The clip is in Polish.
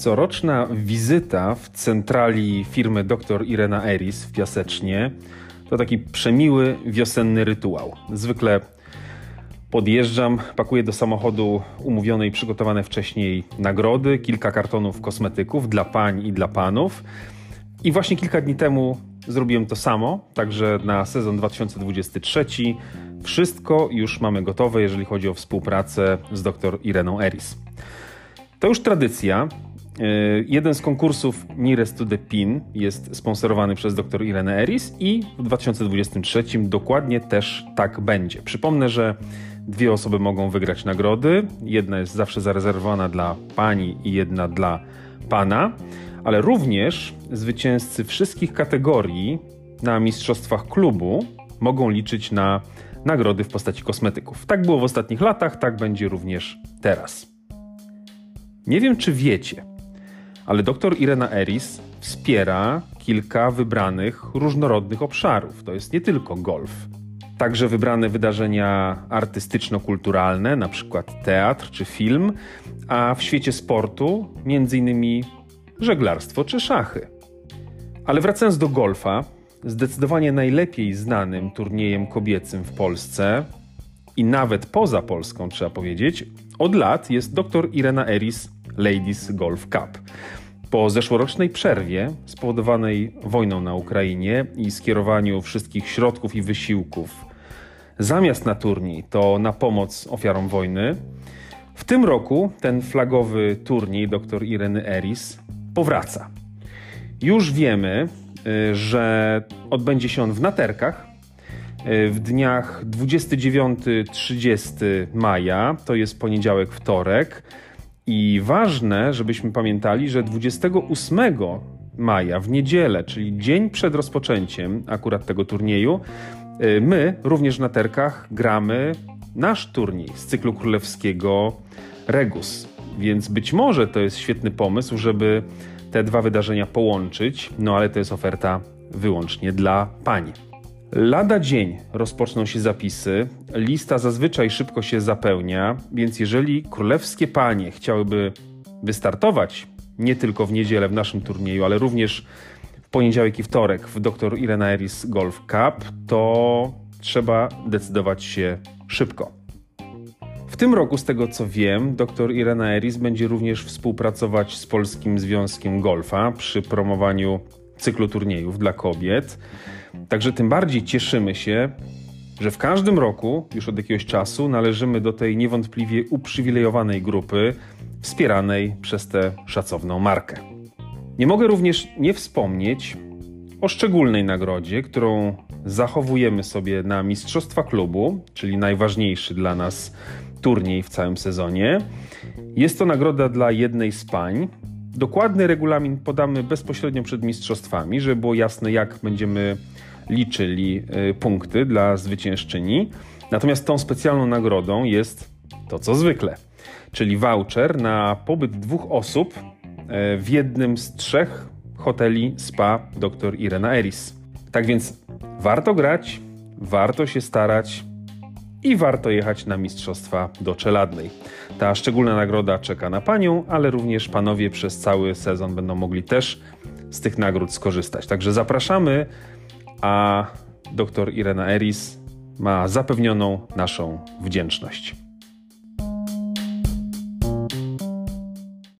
Coroczna wizyta w centrali firmy dr Irena Eris w Piasecznie to taki przemiły wiosenny rytuał. Zwykle podjeżdżam, pakuję do samochodu umówione i przygotowane wcześniej nagrody, kilka kartonów kosmetyków dla pań i dla panów. I właśnie kilka dni temu zrobiłem to samo, także na sezon 2023 wszystko już mamy gotowe, jeżeli chodzi o współpracę z dr Ireną Eris. To już tradycja. Jeden z konkursów Nearest to the Pin jest sponsorowany przez dr Irenę Eris i w 2023 dokładnie też tak będzie. Przypomnę, że 2 osoby mogą wygrać nagrody. Jedna jest zawsze zarezerwowana dla pani i jedna dla pana, ale również zwycięzcy wszystkich kategorii na mistrzostwach klubu mogą liczyć na nagrody w postaci kosmetyków. Tak było w ostatnich latach, tak będzie również teraz. Nie wiem, czy wiecie, ale dr Irena Eris wspiera kilka wybranych, różnorodnych obszarów. To jest nie tylko golf. Także wybrane wydarzenia artystyczno-kulturalne, na przykład teatr czy film, a w świecie sportu m.in. żeglarstwo czy szachy. Ale wracając do golfa, zdecydowanie najlepiej znanym turniejem kobiecym w Polsce i nawet poza Polską, trzeba powiedzieć, od lat jest dr Irena Eris Ladies Golf Cup. Po zeszłorocznej przerwie spowodowanej wojną na Ukrainie i skierowaniu wszystkich środków i wysiłków zamiast na turniej, to na pomoc ofiarom wojny, w tym roku ten flagowy turniej dr Ireny Eris powraca. Już wiemy, że odbędzie się on w Naterkach w dniach 29-30 maja, to jest poniedziałek, wtorek. I ważne, żebyśmy pamiętali, że 28 maja w niedzielę, czyli dzień przed rozpoczęciem akurat tego turnieju, my również w Naterkach gramy nasz turniej z cyklu królewskiego Regus. Więc być może to jest świetny pomysł, żeby te 2 wydarzenia połączyć, no ale to jest oferta wyłącznie dla pań. Lada dzień rozpoczną się zapisy, lista zazwyczaj szybko się zapełnia, więc jeżeli królewskie panie chciałyby wystartować nie tylko w niedzielę w naszym turnieju, ale również w poniedziałek i wtorek w dr Irena Eris Golf Cup, to trzeba decydować się szybko. W tym roku, z tego co wiem, dr Irena Eris będzie również współpracować z Polskim Związkiem Golfa przy promowaniu cyklu turniejów dla kobiet. Także tym bardziej cieszymy się, że w każdym roku, już od jakiegoś czasu, należymy do tej niewątpliwie uprzywilejowanej grupy wspieranej przez tę szacowną markę. Nie mogę również nie wspomnieć o szczególnej nagrodzie, którą zachowujemy sobie na Mistrzostwa Klubu, czyli najważniejszy dla nas turniej w całym sezonie. Jest to nagroda dla jednej z pań. Dokładny regulamin podamy bezpośrednio przed mistrzostwami, żeby było jasne, jak będziemy liczyli punkty dla zwyciężczyni. Natomiast tą specjalną nagrodą jest to, co zwykle, czyli voucher na pobyt 2 osób w jednym z 3 hoteli spa dr Irena Eris. Tak więc warto grać, warto się starać i warto jechać na mistrzostwa do Czeladnej. Ta szczególna nagroda czeka na panią, ale również panowie przez cały sezon będą mogli też z tych nagród skorzystać. Także zapraszamy, a dr Irena Eris ma zapewnioną naszą wdzięczność.